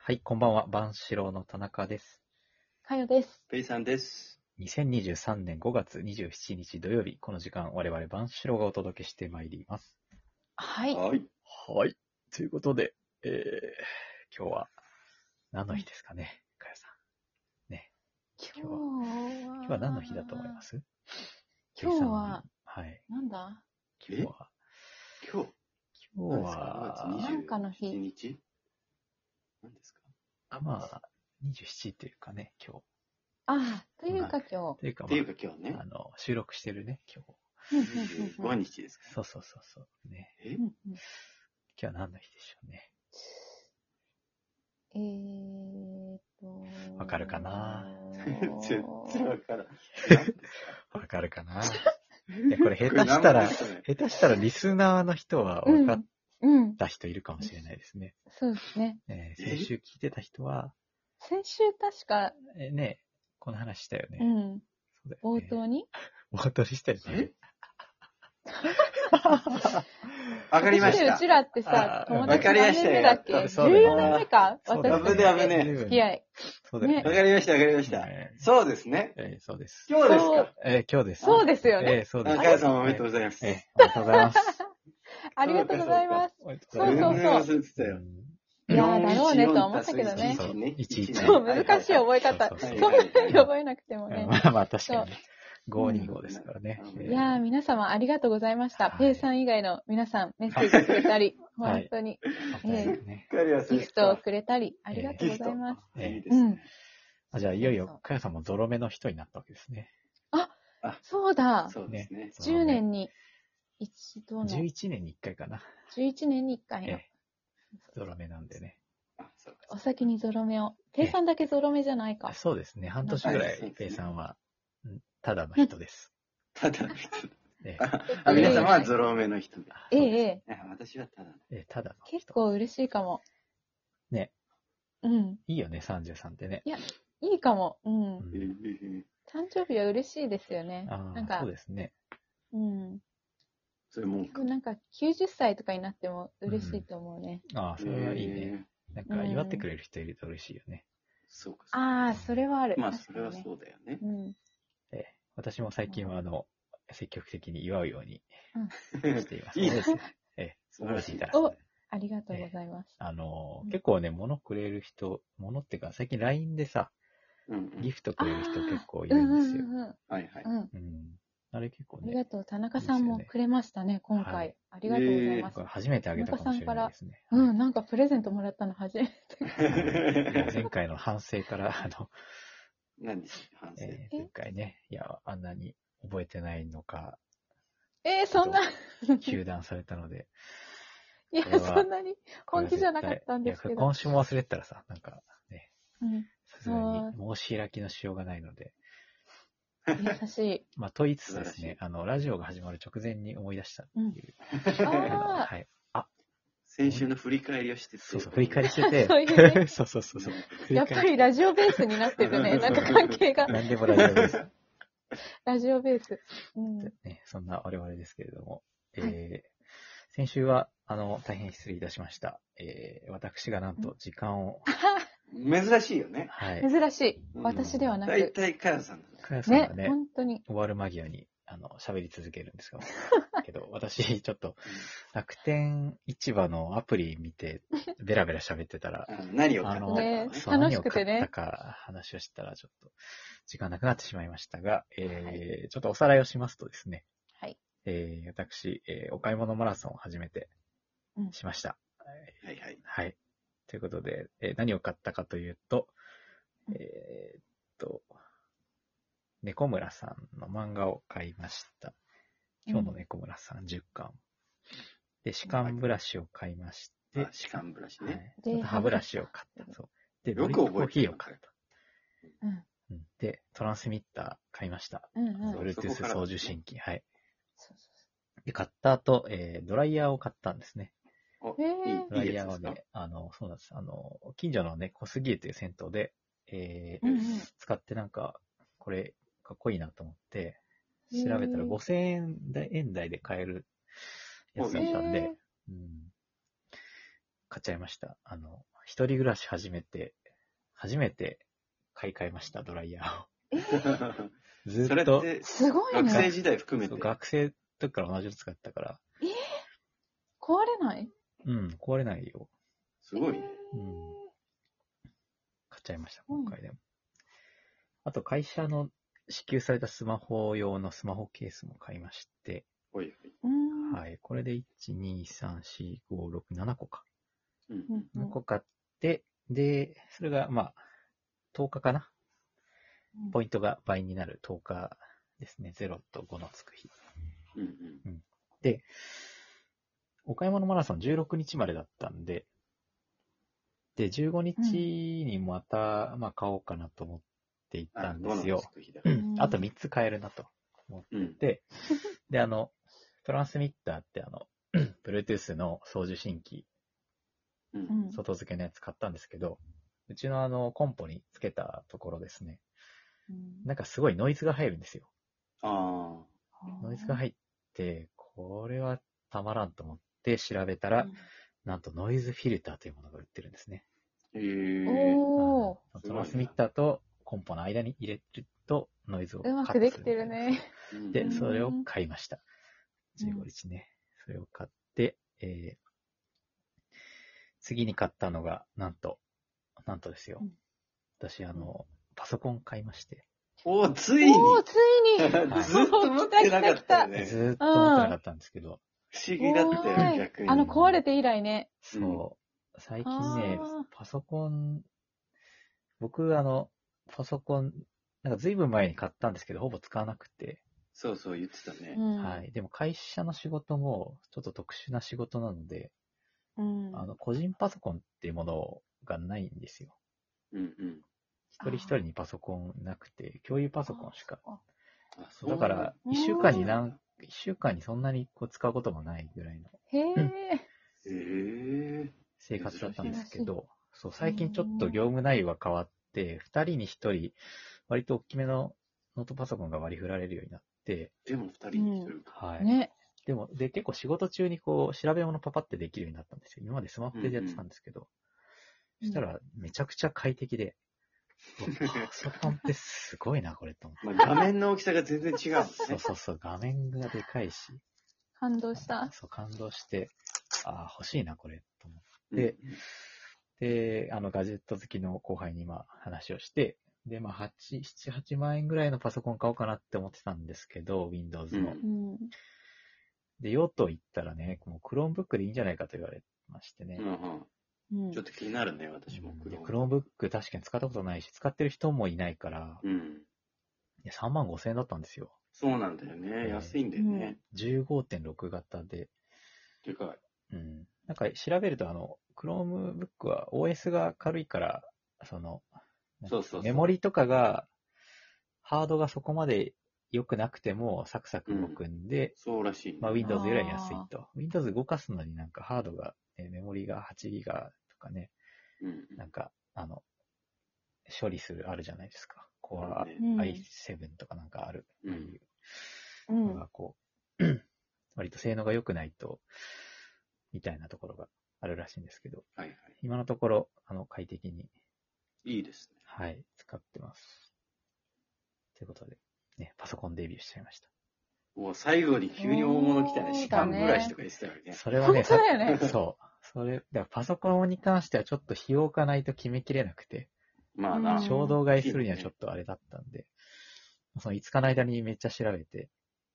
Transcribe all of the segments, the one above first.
はい、こんばんは。万志郎の田中です。 かよです。 ペイさんです。 2023年5月27日土曜日、この時間、我々万志郎がお届けしてまいります。 はい。 はい。 はい。ということで、今日は何の日ですかね、かよさん。ね。 今日は何の日だと思います？ 今日は、 はい。 なんだ今日は、 今日な何んかの日。 何ですか？ まあ、27というかね、今日。 というか今日。 というか、 っていうか今日ね。 収録してるね、今日。 25日ですか？ そう。ね。 今日は何の日でしょうね。わかるかな？ 全然わからん。 わかるかな？いや、これ下手したらリスナーの人は分かった人いるかもしれないですね。 そうですね。 先週聞いてた人は、 先週確か、 ね、この話したよね。 そうだよね。 冒頭にしたよね。 わかりました。 うちらってさ、友達何年目だっけ？ 14 年目か？ 危ねえ。 付き合い。 そうだよね。 わかりました。そうですね。 そうです。 今日ですか？ 今日です。 そうですよね。 そうです。 かよさんおめでとうございます。 おめでとうございます。 ありがとうございます。そう。いやだろうねとは思ったけどね。そう、難しい覚え方。そんなに覚えなくてもね。 まあ確かに。525ですからね。 いやー、皆様ありがとうございました。ペイさん以外の皆さん、メッセージくれたり、本当に、ギフトをくれたり、ありがとうございます。 じゃあ、いよいよ、かやさんもゾロ目の人になったわけですね。 そうだ。 そうですね。 10年に一度の。 11年に1回かな。 11年に1回の。 ゾロ目なんでね。 お先にゾロ目を。ペイさんだけゾロ目じゃないか。 そうですね。半年ぐらい、ペイさんは、ただの人です。 ただの人。皆様はゾロ目の人で。 私はただの。 ただの人。 結構嬉しいかも。 ね。いいよね、33ってね。 いや、いいかも。誕生日は嬉しいですよね。 そうですね。 それもなんか90歳とかになっても嬉しいと思うね。 それはいいね。なんか祝ってくれる人いると嬉しいよね。 そうか。 それはある。 まあ、それはそうだよね。 私も最近は積極的に祝うようにしています。 いいですね。 素晴らしい。 ありがとうございます。 結構ね、物くれる人、物っていうか、最近 LINE でさ、ギフトくれる人結構いるんですよ。あれ結構ね。 ありがとう。田中さんもくれましたね、今回。ありがとうございます。 初めてあげたかもしれないですね。 なんかプレゼントもらったの初めて。 前回の反省から、 何ですか、反省。 前回ね、いや、あんなに覚えてないのか。 そんな。 糾弾されたので。 いや、そんなに本気じゃなかったんですけど。 今週も忘れてたらさ、なんかね、さすがに申し開きのしようがないので。 優しい。 まあ、と言いつつですね、ラジオが始まる直前に思い出したっていう。 はい。 先週の振り返りをしてて。 そう、振り返りしてて。 そういうね。 そう。 やっぱりラジオベースになってるね。なんか関係が。 何でもラジオベース。 ラジオベース。 そんな我々ですけれども。先週は、大変失礼いたしました。私がなんと時間を。 珍しいよね。 はい。 珍しい。私ではなく。 大体、かやさんだね。 かやさんがね、 本当に。 終わる間際に、喋り続けるんですけど、私、ちょっと、楽天市場のアプリ見て、ベラベラ喋ってたら、 何を買ったか。 楽しくてね。 何を買ったか話をしたら、ちょっと、時間なくなってしまいましたが、ちょっとおさらいをしますとですね、 はい。 私、お買い物マラソンを初めてしました。はい。ということで、何を買ったかというと、猫村さんの漫画を買いました。今日の猫村さん10巻。で、歯間ブラシを買いまして、 歯間ブラシね。 で、歯ブラシを買った。そう。で、ドリップコーヒーを買った。で、トランスミッター買いました。Bluetooth 送受信機。はい。で、買った後、ドライヤーを買ったんですね。ドライヤーはね、そうなんです。近所のね、小杉湯という銭湯で、使ってなんか、これ、かっこいいなと思って、調べたら5000円台で買えるやつだったんで、買っちゃいました。 一人暮らし初めて買い替えました、ドライヤーを。ずっと。 すごいね。 学生時代含めて。 学生の時から同じの使ったから。 壊れない？ うん、壊れないよ。 すごいね。 買っちゃいました、今回でも。あと、会社の支給されたスマホ用のスマホケースも買いまして。はい。これで1、2、3、4、5、6、7個か。7個買って、で、それが、10日かな。ポイントが倍になる10日ですね。0と5のつく日。で、お買い物マラソン16日までだったんで、で、15日にまた、買おうかなと思っていったんですよ。あと3つ買えるなと思って、で、トランスミッターってBluetooth の送受信機、外付けのやつ買ったんですけど、うちのコンポにつけたところですね、なんかすごいノイズが入るんですよ。ノイズが入って、これはたまらんと思って調べたら、なんとノイズフィルターというものが売ってるんですね。トランスミッターとコンポの間に入れるとノイズをカットする。 うまくできてるね。 で、それを買いました。15日ね。それを買って、次に買ったのが、なんとですよ。私、パソコン買いまして。 ついにずっと持ってなかったよね。 ずっと持ってなかったんですけど。 不思議だったよね、逆に。 壊れて以来ね。 そう。最近ね、パソコン、僕、パソコン、なんか随分前に買ったんですけど、ほぼ使わなくて。 そうそう、言ってたね。 はい。でも会社の仕事も、ちょっと特殊な仕事なので、個人パソコンっていうものがないんですよ。一人一人にパソコンなくて、共有パソコンしか。だから、一週間にそんなに使うこともないぐらいの生活だったんですけど、そう、最近ちょっと業務内容が変わって、二人に一人、割と大きめのノートパソコンが割り振られるようになって、 でも二人に一人はい。で、結構仕事中に調べ物パパってできるようになったんですよ。今までスマホでやってたんですけど、そしたらめちゃくちゃ快適で、パソコンってすごいな、これと思って。 画面の大きさが全然違う、ね。 そう、画面がでかいし。 感動した。 そう、感動して、欲しいな、これ、と思って。で、ガジェット好きの後輩に話をして、で、7、8万円ぐらいのパソコン買おうかなって思ってたんですけど、Windows の。で、用途言ったらね、もう Chromebook でいいんじゃないかと言われましてね。 ちょっと気になるね、私も。 Chromebook 確かに使ったことないし、使ってる人もいないから、3万5千円だったんですよ。 そうなんだよね。安いんだよね。 15.6 型で。 でかい。 なんか調べると、Chromebook は OS が軽いから、メモリとかが、ハードがそこまで良くなくてもサクサク動くんで、 そうらしい。 Windows よりは安いと。Windows 動かすのになんかハードが、メモリが8ギガとかね、なんか、処理するあるじゃないですか。Core i7 とかなんかある。のが割と性能が良くないと、みたいなところがあるらしいんですけど、今のところ、快適に。 いいですね。 はい、使ってます。ということで、ね、パソコンデビューしちゃいました。 最後に急に大物来たね。歯間ブラシとか言ってたよね。 それはね、 そうだよね。 そう。だからパソコンに関してはちょっと費用置かないと決めきれなくて、衝動買いするにはちょっとあれだったんで、その5日の間にめっちゃ調べて、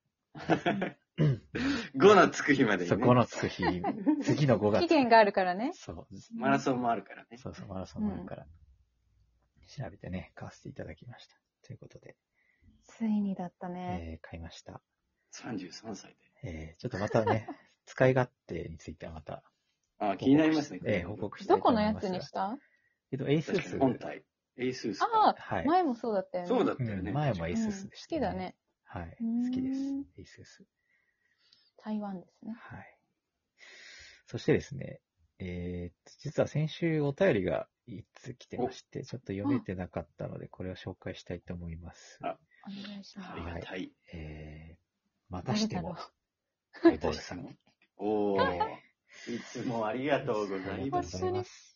5のつく日までに、 そう、5のつく日、次の5月。 期限があるからね。 そう。 マラソンもあるからね。 そう、マラソンもあるから。調べてね、買わせていただきました。ということで。 ついにだったね。 買いました。 33歳で。ちょっとまたね、使い勝手についてはまた。 気になりますね。 報告したいと思います。 どこのやつにした？ ASUS。 本体。ASUS。 はい。前もそうだったよね。 そうだったよね。 前も ASUS でした。 好きだね。 はい。好きです。ASUS。 台湾ですね。 はい。そしてですね、実は先週お便りが1つ来てまして、ちょっと読めてなかったので、これを紹介したいと思います。 お願いします。 はい。またしても、 ハイボールさん。いつもありがとうございます。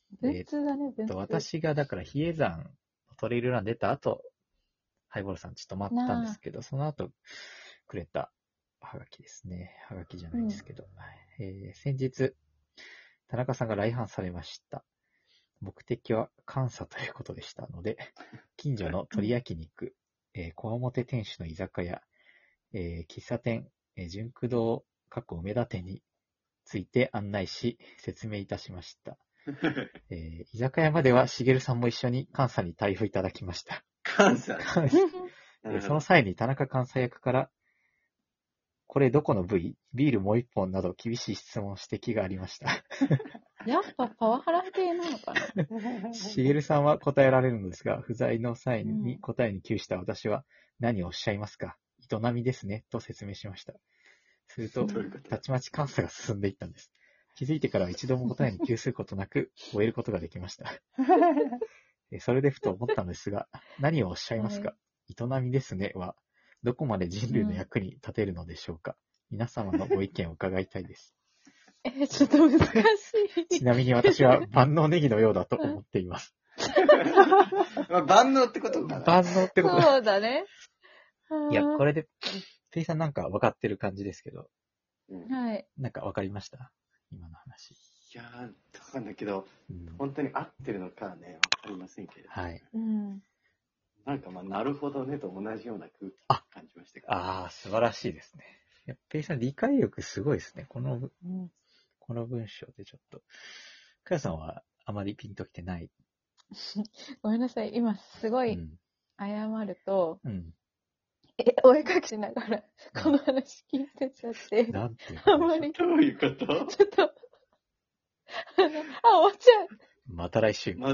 文通だね、文通。 私がだから比叡山トレイルラン出た後、ハイボールさんちょっと待ったんですけど、その後くれたはがきですね。はがきじゃないですけど。先日、田中さんが来訪されました。目的は監査ということでしたので、近所の鳥焼肉、小表店主の居酒屋、喫茶店、純駆堂梅田店について案内し、説明いたしました。居酒屋まではしげるさんも一緒に監査に対応いただきました。 監査その際に田中監査役から、これどこの部位？ビールもう一本など厳しい質問指摘がありました。 やっぱパワハラ系なのかな。 しげるさんは答えられるのですが、不在の際に答えに窮した私は、何をおっしゃいますか？営みですね、と説明しました。すると、たちまち監査が進んでいったんです。気づいてからは一度も答えに窮することなく終えることができました。それでふと思ったのですが、何をおっしゃいますか？営みですねは、どこまで人類の役に立てるのでしょうか？皆様のご意見を伺いたいです。 ちょっと難しい。 ちなみに私は万能ネギのようだと思っています。 万能ってことかな。 万能ってことそうだね。 いや、これで、ペイさんなんか分かってる感じですけど。 はい。 なんか分かりました今の話。 いやー、わかんないけど、本当に合ってるのかね、わかりませんけど。 はい。 なんかなるほどねと同じような空気感じましたけど。 素晴らしいですね。ペイさん理解力すごいですね。この文章でちょっと。かやさんはあまりピンときてない。 ごめんなさい。今すごい謝ると、お絵描きしながらこの話聞いてちゃって、 なんていうあんまり。 どういうこと？ ちょっと、終わっちゃう。 また来週。